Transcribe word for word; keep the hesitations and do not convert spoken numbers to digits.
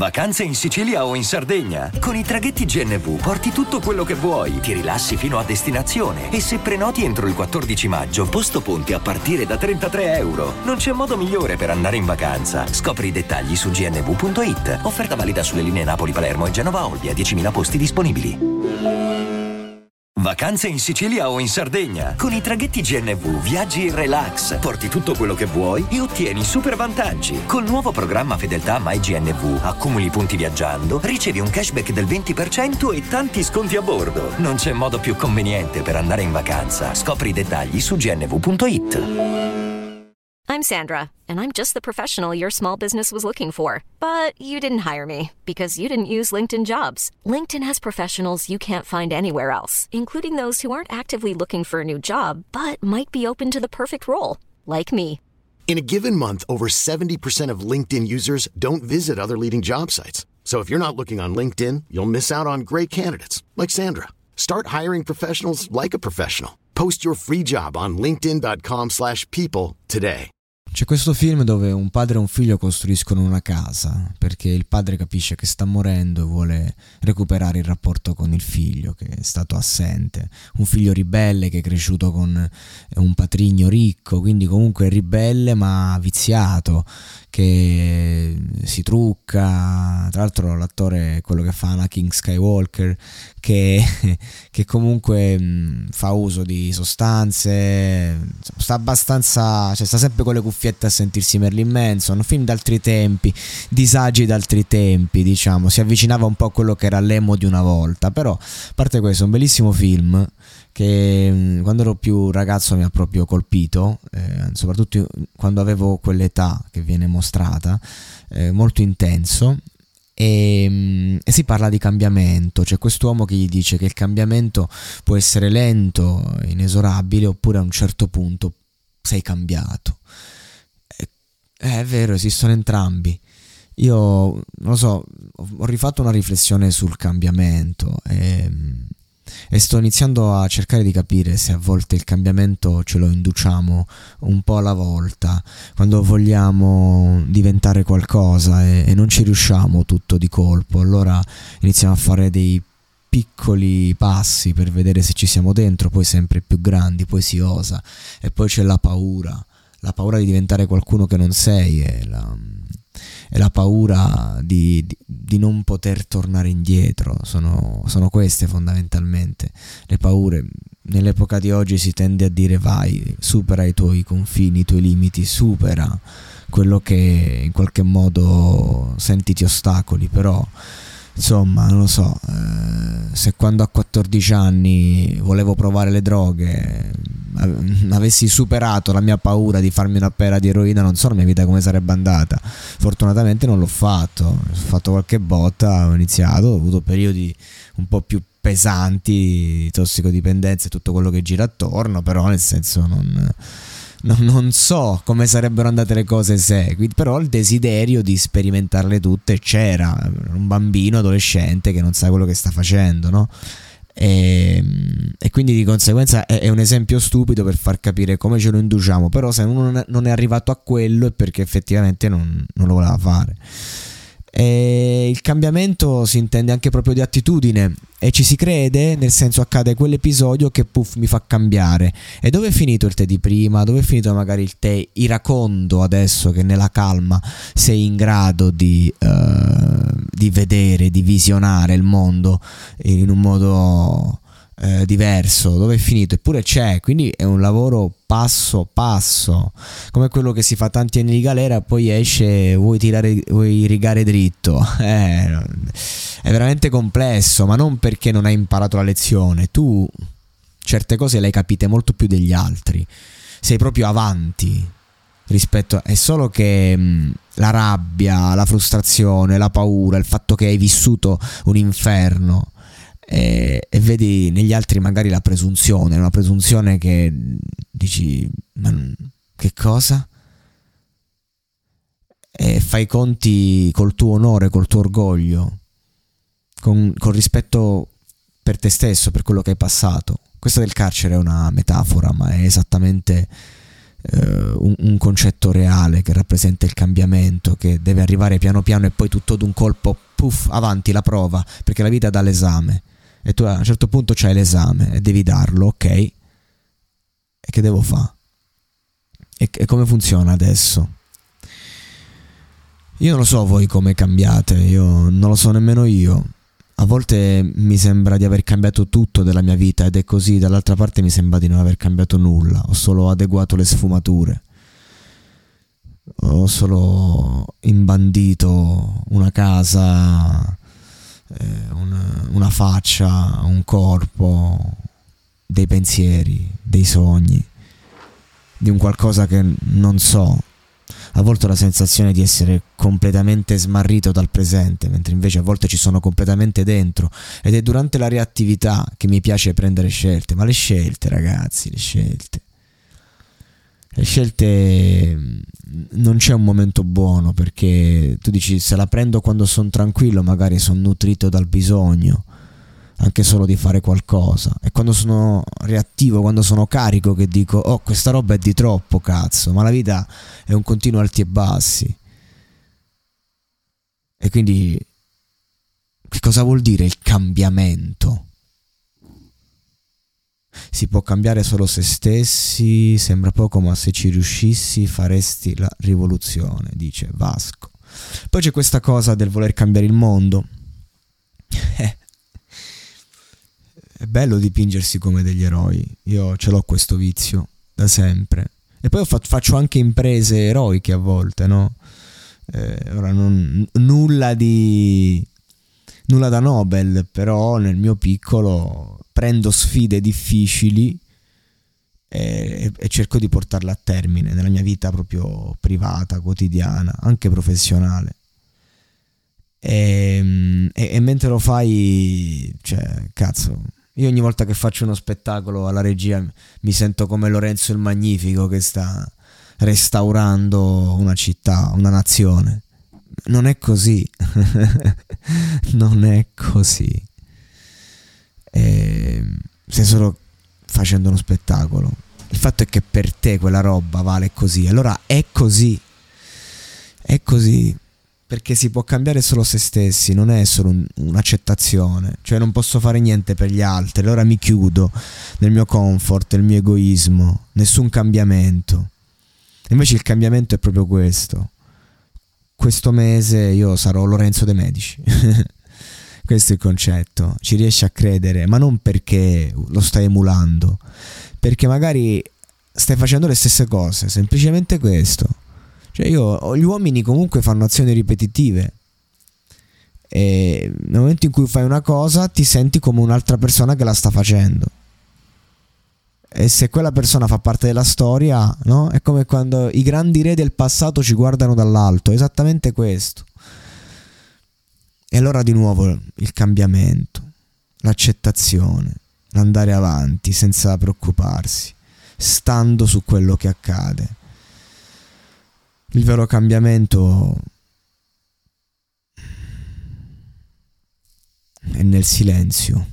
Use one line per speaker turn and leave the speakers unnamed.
Vacanze in Sicilia o in Sardegna? Con i traghetti G N V porti tutto quello che vuoi, ti rilassi fino a destinazione e se prenoti entro il quattordici maggio, posto ponti a partire da trentatré euro. Non c'è modo migliore per andare in vacanza. Scopri i dettagli su g n v punto i t. Offerta valida sulle linee Napoli-Palermo e Genova-Olbia, diecimila posti disponibili. Vacanze in Sicilia o in Sardegna? Con i traghetti G N V viaggi in relax, porti tutto quello che vuoi e ottieni super vantaggi. Col nuovo programma Fedeltà MyGNV accumuli punti viaggiando, ricevi un cashback del venti per cento e tanti sconti a bordo. Non c'è modo più conveniente per andare in vacanza. Scopri i dettagli su g n v punto i t.
I'm Sandra, and I'm just the professional your small business was looking for. But you didn't hire me because you didn't use LinkedIn Jobs. LinkedIn has professionals you can't find anywhere else, including those who aren't actively looking for a new job, but might be open to the perfect role, like me.
In a given month, over seventy percent of LinkedIn users don't visit other leading job sites. So if you're not looking on LinkedIn, you'll miss out on great candidates, like Sandra. Start hiring professionals like a professional. Post your free job on linkedin dot com slash people today.
C'è questo film dove un padre e un figlio costruiscono una casa perché il padre capisce che sta morendo e vuole recuperare il rapporto con il figlio che è stato assente. Un figlio ribelle che è cresciuto con un patrigno ricco, quindi comunque ribelle ma viziato, che si trucca. Tra l'altro l'attore è quello che fa Anakin Skywalker, che, che comunque mh, fa uso di sostanze, sta abbastanza, cioè sta sempre con le cuffiette a sentirsi Marilyn Manson. Un film d'altri tempi, disagi d'altri tempi, diciamo, si avvicinava un po' a quello che era l'emo di una volta. Però a parte questo, è un bellissimo film che mh, quando ero più ragazzo mi ha proprio colpito, eh, soprattutto quando avevo quell'età che viene mostrata, eh, molto intenso. E, e si parla di cambiamento. C'è quest'uomo che gli dice che il cambiamento può essere lento, inesorabile, oppure a un certo punto sei cambiato. È, è vero, esistono entrambi. Io non lo so, ho rifatto una riflessione sul cambiamento e, e sto iniziando a cercare di capire se a volte il cambiamento ce lo induciamo un po' alla volta, quando vogliamo diventare qualcosa e, e non ci riusciamo tutto di colpo. Allora iniziamo a fare dei piccoli passi per vedere se ci siamo dentro, poi sempre più grandi, poi si osa e poi c'è la paura, la paura di diventare qualcuno che non sei, e la, e la paura di, di, di non poter tornare indietro. Sono, sono queste fondamentalmente le paure. Nell'epoca di oggi si tende a dire vai, supera i tuoi confini, i tuoi limiti, supera quello che in qualche modo senti ti ostacoli. Però insomma non lo so, eh, se quando a quattordici anni volevo provare le droghe avessi superato la mia paura di farmi una pera di eroina, non so la mia vita come sarebbe andata. Fortunatamente non l'ho fatto, ho fatto qualche botta, ho iniziato, ho avuto periodi un po' più pesanti, tossicodipendenza e tutto quello che gira attorno, però nel senso non, non, non so come sarebbero andate le cose se, però il desiderio di sperimentarle tutte c'era. Un bambino adolescente che non sa quello che sta facendo, no? E, e quindi di conseguenza è, è un esempio stupido per far capire come ce lo induciamo. Però se uno non è arrivato a quello è perché effettivamente non, non lo voleva fare. E il cambiamento si intende anche proprio di attitudine e ci si crede, nel senso accade quell'episodio che puff mi fa cambiare. E dove è finito il te di prima? Dove è finito magari il te iracondo adesso che nella calma sei in grado di, uh, di vedere, di visionare il mondo in un modo eh, diverso? Dove è finito? Eppure c'è, quindi è un lavoro passo passo, come quello che si fa tanti anni di galera, poi esce, vuoi tirare, vuoi rigare dritto. Eh, è veramente complesso, ma non perché non hai imparato la lezione. Tu certe cose le hai capite molto più degli altri, sei proprio avanti rispetto a... è solo che mh, la rabbia, la frustrazione, la paura, il fatto che hai vissuto un inferno e, e vedi negli altri magari la presunzione, una presunzione che dici ma che cosa? E fai i conti col tuo onore, col tuo orgoglio, con, con rispetto per te stesso, per quello che hai passato. Questa del carcere è una metafora, ma è esattamente un, un concetto reale che rappresenta il cambiamento, che deve arrivare piano piano e poi tutto d'un colpo, puff, avanti la prova, perché la vita dà l'esame e tu a un certo punto c'hai l'esame e devi darlo, ok? E che devo fare? E, e come funziona adesso? Io non lo so voi come cambiate, io non lo so nemmeno io. A volte mi sembra di aver cambiato tutto della mia vita ed è così, dall'altra parte mi sembra di non aver cambiato nulla, ho solo adeguato le sfumature, ho solo imbandito una casa, eh, un, una faccia, un corpo, dei pensieri, dei sogni, di un qualcosa che non so. A volte ho la sensazione di essere completamente smarrito dal presente, mentre invece a volte ci sono completamente dentro, ed è durante la reattività che mi piace prendere scelte. Ma le scelte, ragazzi, le scelte le scelte non c'è un momento buono, perché tu dici se la prendo quando sono tranquillo magari sono nutrito dal bisogno anche solo di fare qualcosa, e quando sono reattivo, quando sono carico, che dico oh questa roba è di troppo, cazzo, ma la vita è un continuo alti e bassi. E quindi che cosa vuol dire il cambiamento? Si può cambiare solo se stessi, sembra poco ma se ci riuscissi faresti la rivoluzione, dice Vasco. Poi c'è questa cosa del voler cambiare il mondo. eh È bello dipingersi come degli eroi, io ce l'ho questo vizio da sempre. E poi fa- faccio anche imprese eroiche a volte, no? Eh, ora non, nulla di nulla da Nobel, però nel mio piccolo prendo sfide difficili e, e cerco di portarle a termine nella mia vita proprio privata, quotidiana, anche professionale. E, e, e mentre lo fai, cioè, cazzo, io ogni volta che faccio uno spettacolo alla regia mi sento come Lorenzo il Magnifico che sta restaurando una città, una nazione. Non è così. Non è così. E stai solo facendo uno spettacolo. Il fatto è che per te quella roba vale così. Allora è così. È così. Perché si può cambiare solo se stessi, non è solo un, un'accettazione. Cioè non posso fare niente per gli altri, allora mi chiudo nel mio comfort, nel mio egoismo, nessun cambiamento. Invece il cambiamento è proprio questo. Questo mese io sarò Lorenzo De Medici. Questo è il concetto. Ci riesci a credere, ma non perché lo stai emulando, perché magari stai facendo le stesse cose, semplicemente questo. Cioè io, gli uomini comunque fanno azioni ripetitive e nel momento in cui fai una cosa ti senti come un'altra persona che la sta facendo, e se quella persona fa parte della storia, no? È come quando i grandi re del passato ci guardano dall'alto, è esattamente questo. E allora di nuovo il cambiamento, l'accettazione, l'andare avanti senza preoccuparsi, stando su quello che accade. Il vero cambiamento è nel silenzio.